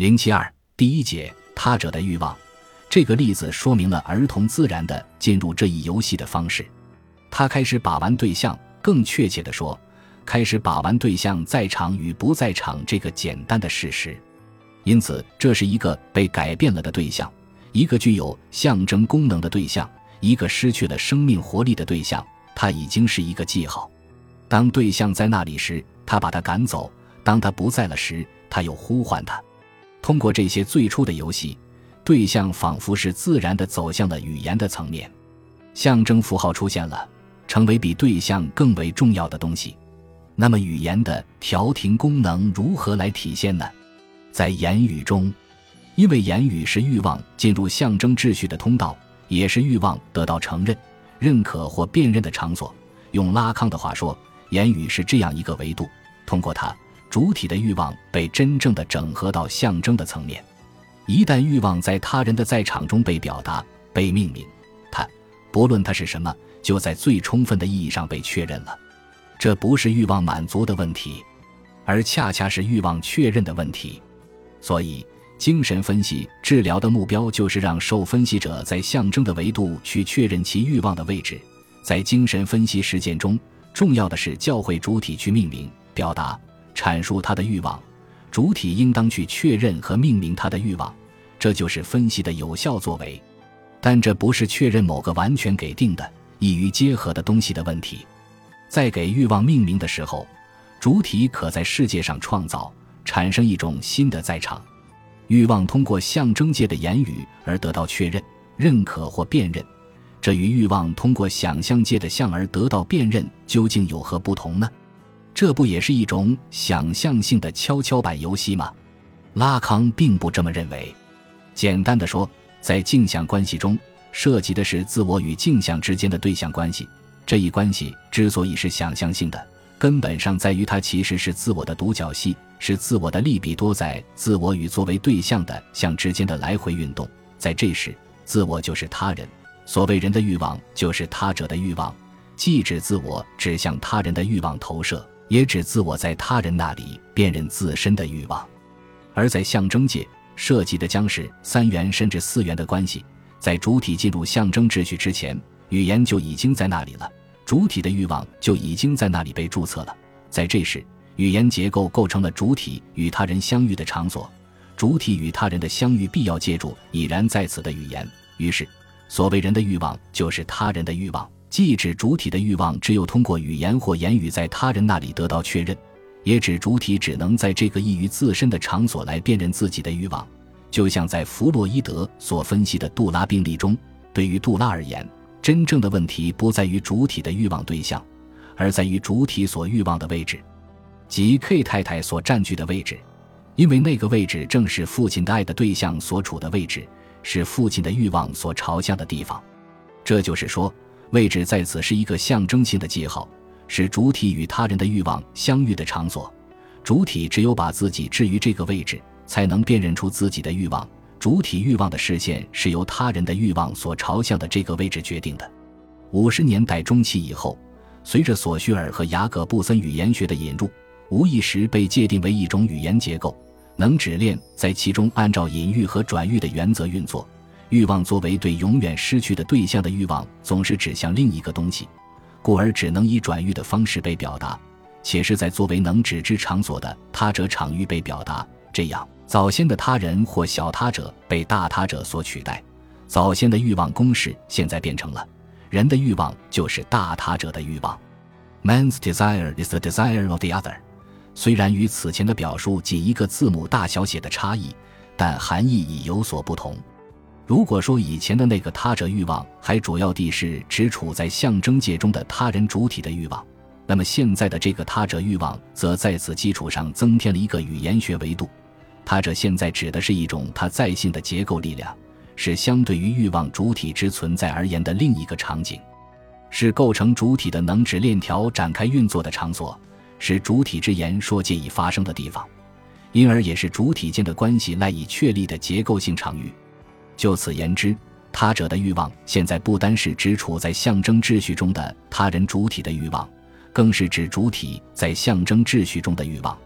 072第一节他者的欲望。这个例子说明了儿童自然地进入这一游戏的方式。他开始把玩对象，更确切地说，开始把玩对象在场与不在场这个简单的事实。因此，这是一个被改变了的对象，一个具有象征功能的对象，一个失去了生命活力的对象。它已经是一个记号。当对象在那里时，他把他赶走；当他不在了时，他又呼唤他。通过这些最初的游戏，对象仿佛是自然地走向了语言的层面，象征符号出现了，成为比对象更为重要的东西。那么语言的调停功能如何来体现呢？在言语中，因为言语是欲望进入象征秩序的通道，也是欲望得到承认、认可或辨认的场所。用拉康的话说，言语是这样一个维度，通过它，主体的欲望被真正的整合到象征的层面。一旦欲望在他人的在场中被表达、被命名，它，不论它是什么，就在最充分的意义上被确认了。这不是欲望满足的问题，而恰恰是欲望确认的问题。所以，精神分析治疗的目标就是让受分析者在象征的维度去确认其欲望的位置。在精神分析实践中，重要的是教会主体去命名、表达、阐述他的欲望，主体应当去确认和命名他的欲望，这就是分析的有效作为。但这不是确认某个完全给定的、易于结合的东西的问题。在给欲望命名的时候，主体可在世界上创造、产生一种新的在场。欲望通过象征界的言语而得到确认、认可或辨认，这与欲望通过想象界的象而得到辨认究竟有何不同呢？这不也是一种想象性的跷跷板游戏吗？拉康并不这么认为。简单的说，在镜像关系中，涉及的是自我与镜像之间的对象关系。这一关系之所以是想象性的，根本上在于它其实是自我的独角戏，是自我的利比多在自我与作为对象的相之间的来回运动。在这时，自我就是他人，所谓人的欲望就是他者的欲望，既指自我指向他人的欲望投射，也指自我在他人那里辨认自身的欲望。而在象征界，涉及的将是三元甚至四元的关系。在主体进入象征秩序之前，语言就已经在那里了，主体的欲望就已经在那里被注册了。在这时，语言结构构成了主体与他人相遇的场所，主体与他人的相遇必要借助已然在此的语言。于是，所谓人的欲望就是他人的欲望，既指主体的欲望只有通过语言或言语在他人那里得到确认，也指主体只能在这个异于自身的场所来辨认自己的欲望。就像在弗洛伊德所分析的杜拉病例中，对于杜拉而言，真正的问题不在于主体的欲望对象，而在于主体所欲望的位置，即 K 太太所占据的位置，因为那个位置正是父亲的爱的对象所处的位置，是父亲的欲望所朝向的地方。这就是说，位置在此是一个象征性的记号，是主体与他人的欲望相遇的场所。主体只有把自己置于这个位置，才能辨认出自己的欲望。主体欲望的视线是由他人的欲望所朝向的这个位置决定的。50年代中期以后，随着索绪尔和雅各布森语言学的引入，无意识被界定为一种语言结构，能指链在其中按照隐喻和转喻的原则运作。欲望作为对永远失去的对象的欲望，总是指向另一个东西，故而只能以转喻的方式被表达，且是在作为能指之场所的他者场域被表达。这样，早先的他人或小他者被大他者所取代，早先的欲望公式现在变成了人的欲望就是大他者的欲望。 Man's desire is the desire of the other。 虽然与此前的表述仅一个字母大小写的差异，但含义已有所不同。如果说以前的那个他者欲望还主要地是指处在象征界中的他人主体的欲望，那么现在的这个他者欲望则在此基础上增添了一个语言学维度。他者现在指的是一种他在性的结构力量，是相对于欲望主体之存在而言的另一个场景，是构成主体的能指链条展开运作的场所，是主体之言说界已发生的地方，因而也是主体间的关系赖以确立的结构性场域。就此言之，他者的欲望现在不单是指处在象征秩序中的他人主体的欲望，更是指主体在象征秩序中的欲望。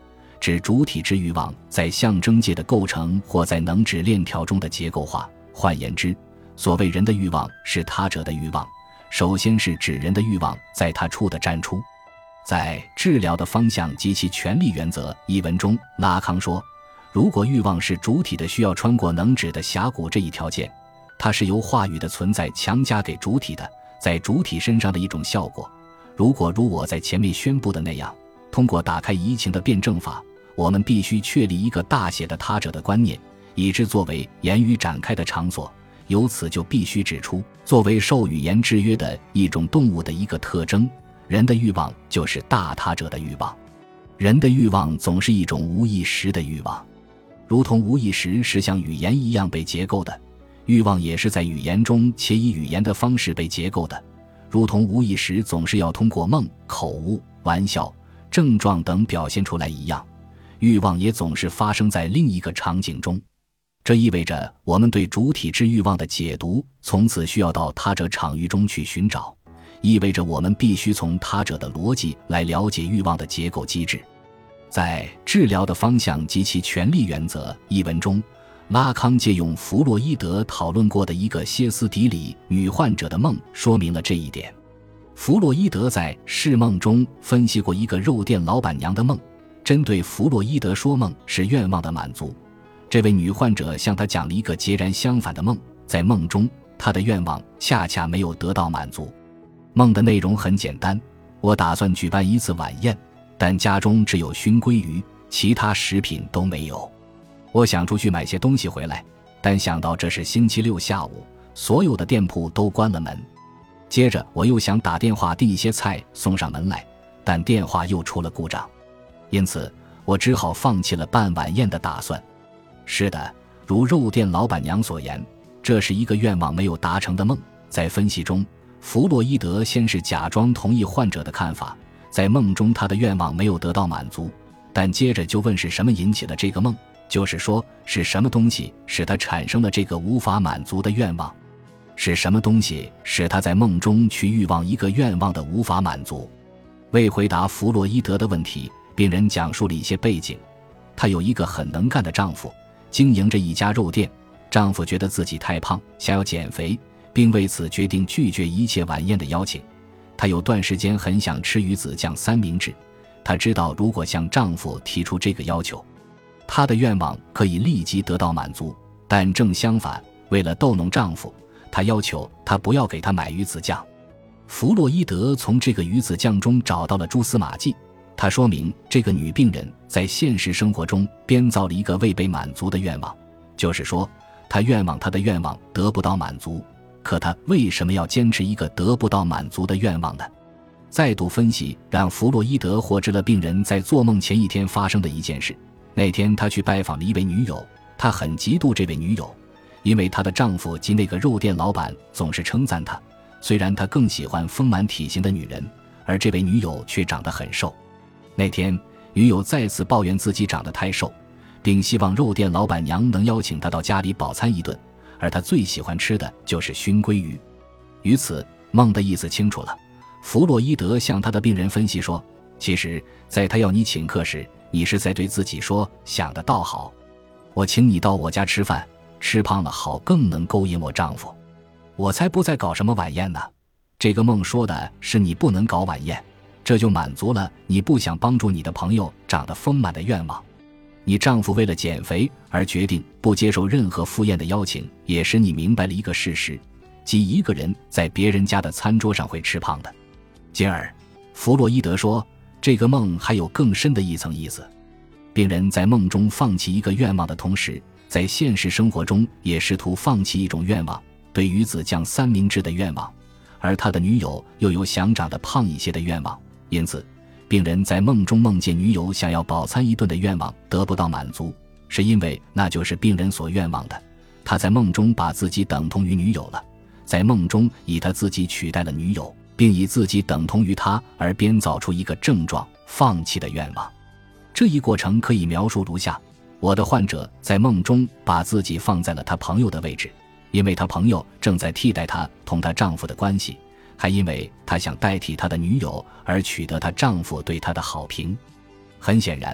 指主体之欲望在象征界的构成或在能指链条中的结构化。换言之，所谓人的欲望是他者的欲望，首先是指人的欲望在他处的占出。在《治疗的方向及其权利原则》一文中，拉康说，如果欲望是主体的需要穿过能指的峡谷这一条件，它是由话语的存在强加给主体的，在主体身上的一种效果。如果如我在前面宣布的那样，通过打开移情的辩证法，我们必须确立一个大写的他者的观念，以之作为言语展开的场所。由此就必须指出，作为受语言制约的一种动物的一个特征，人的欲望就是大他者的欲望。人的欲望总是一种无意识的欲望，如同无意识是像语言一样被结构的，欲望也是在语言中且以语言的方式被结构的，如同无意识总是要通过梦、口误、玩笑、症状等表现出来一样，欲望也总是发生在另一个场景中。这意味着我们对主体之欲望的解读从此需要到他者场域中去寻找，意味着我们必须从他者的逻辑来了解欲望的结构机制。在《治疗的方向及其权利原则》一文中，拉康借用弗洛伊德讨论过的一个歇斯底里女患者的梦说明了这一点。弗洛伊德在《释梦》中分析过一个肉店老板娘的梦，针对弗洛伊德说梦是愿望的满足，这位女患者向他讲了一个截然相反的梦，在梦中她的愿望恰恰没有得到满足。梦的内容很简单，我打算举办一次晚宴，但家中只有熏鲑鱼，其他食品都没有。我想出去买些东西回来，但想到这是星期六下午，所有的店铺都关了门。接着我又想打电话订一些菜送上门来，但电话又出了故障，因此我只好放弃了办晚宴的打算。是的，如肉店老板娘所言，这是一个愿望没有达成的梦。在分析中，弗洛伊德先是假装同意患者的看法，在梦中他的愿望没有得到满足，但接着就问是什么引起了这个梦，就是说是什么东西使他产生了这个无法满足的愿望，是什么东西使他在梦中去欲望一个愿望的无法满足。为回答弗洛伊德的问题，病人讲述了一些背景。她有一个很能干的丈夫，经营着一家肉店，丈夫觉得自己太胖，想要减肥，并为此决定拒绝一切晚宴的邀请。她有段时间很想吃鱼子酱三明治，她知道如果向丈夫提出这个要求，她的愿望可以立即得到满足，但正相反，为了逗弄丈夫，她要求他不要给她买鱼子酱。弗洛伊德从这个鱼子酱中找到了蛛丝马迹，他说明这个女病人在现实生活中编造了一个未被满足的愿望，就是说她愿望她的愿望得不到满足，可她为什么要坚持一个得不到满足的愿望呢？再度分析让弗洛伊德获知了病人在做梦前一天发生的一件事。那天他去拜访了一位女友，他很嫉妒这位女友，因为她的丈夫及那个肉店老板总是称赞她，虽然他更喜欢丰满体型的女人，而这位女友却长得很瘦。那天女友再次抱怨自己长得太瘦，并希望肉店老板娘能邀请她到家里饱餐一顿，而她最喜欢吃的就是熏鲑鱼。于此梦的意思清楚了，弗洛伊德向他的病人分析说，其实在他要你请客时，你是在对自己说，想得倒好，我请你到我家吃饭，吃胖了好更能勾引我丈夫，我才不再搞什么晚宴呢。这个梦说的是你不能搞晚宴，这就满足了你不想帮助你的朋友长得丰满的愿望。你丈夫为了减肥而决定不接受任何赴宴的邀请，也使你明白了一个事实，即一个人在别人家的餐桌上会吃胖的。进而弗洛伊德说，这个梦还有更深的一层意思。病人在梦中放弃一个愿望的同时，在现实生活中也试图放弃一种愿望，对鱼子酱三明治的愿望，而他的女友又有想长得胖一些的愿望。因此病人在梦中梦见女友想要饱餐一顿的愿望得不到满足，是因为那就是病人所愿望的。他在梦中把自己等同于女友了，在梦中以他自己取代了女友，并以自己等同于他而编造出一个症状，放弃的愿望。这一过程可以描述如下：我的患者在梦中把自己放在了他朋友的位置，因为他朋友正在替代他同她丈夫的关系，还因为她想代替她的女友而取得她丈夫对她的好评。很显然，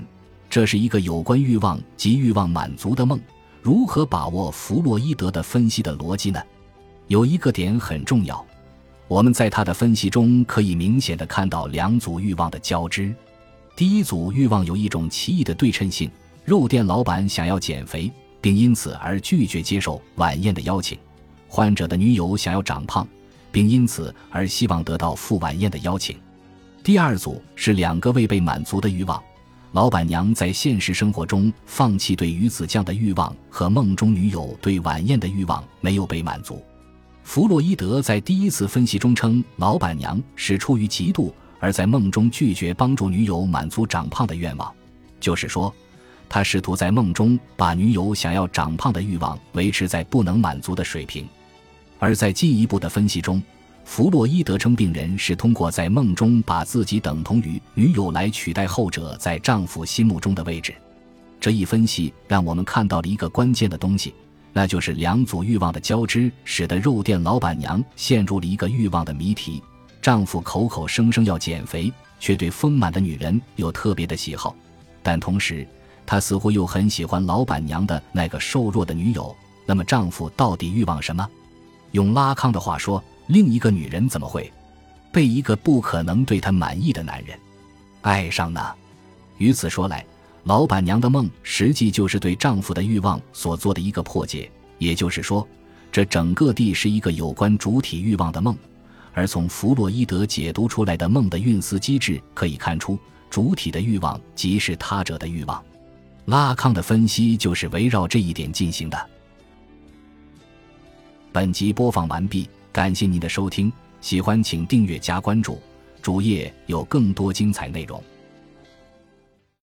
这是一个有关欲望及欲望满足的梦。如何把握弗洛伊德的分析的逻辑呢？有一个点很重要，我们在他的分析中可以明显地看到两组欲望的交织。第一组欲望有一种奇异的对称性，肉店老板想要减肥，并因此而拒绝接受晚宴的邀请；患者的女友想要长胖，并因此而希望得到赴晚宴的邀请。第二组是两个未被满足的欲望，老板娘在现实生活中放弃对鱼子酱的欲望和梦中女友对晚宴的欲望没有被满足。弗洛伊德在第一次分析中称老板娘是出于嫉妒而在梦中拒绝帮助女友满足长胖的愿望，就是说他试图在梦中把女友想要长胖的欲望维持在不能满足的水平。而在进一步的分析中，弗洛伊德称病人是通过在梦中把自己等同于女友来取代后者在丈夫心目中的位置。这一分析让我们看到了一个关键的东西，那就是两组欲望的交织使得肉店老板娘陷入了一个欲望的谜题。丈夫口口声声要减肥，却对丰满的女人有特别的喜好，但同时他似乎又很喜欢老板娘的那个瘦弱的女友。那么丈夫到底欲望什么？用拉康的话说，另一个女人怎么会被一个不可能对她满意的男人爱上呢？于此说来，老板娘的梦实际就是对丈夫的欲望所做的一个破解，也就是说，这整个地是一个有关主体欲望的梦。而从弗洛伊德解读出来的梦的运思机制可以看出，主体的欲望即是他者的欲望。拉康的分析就是围绕这一点进行的。本集播放完毕，感谢您的收听，喜欢请订阅加关注，主页有更多精彩内容。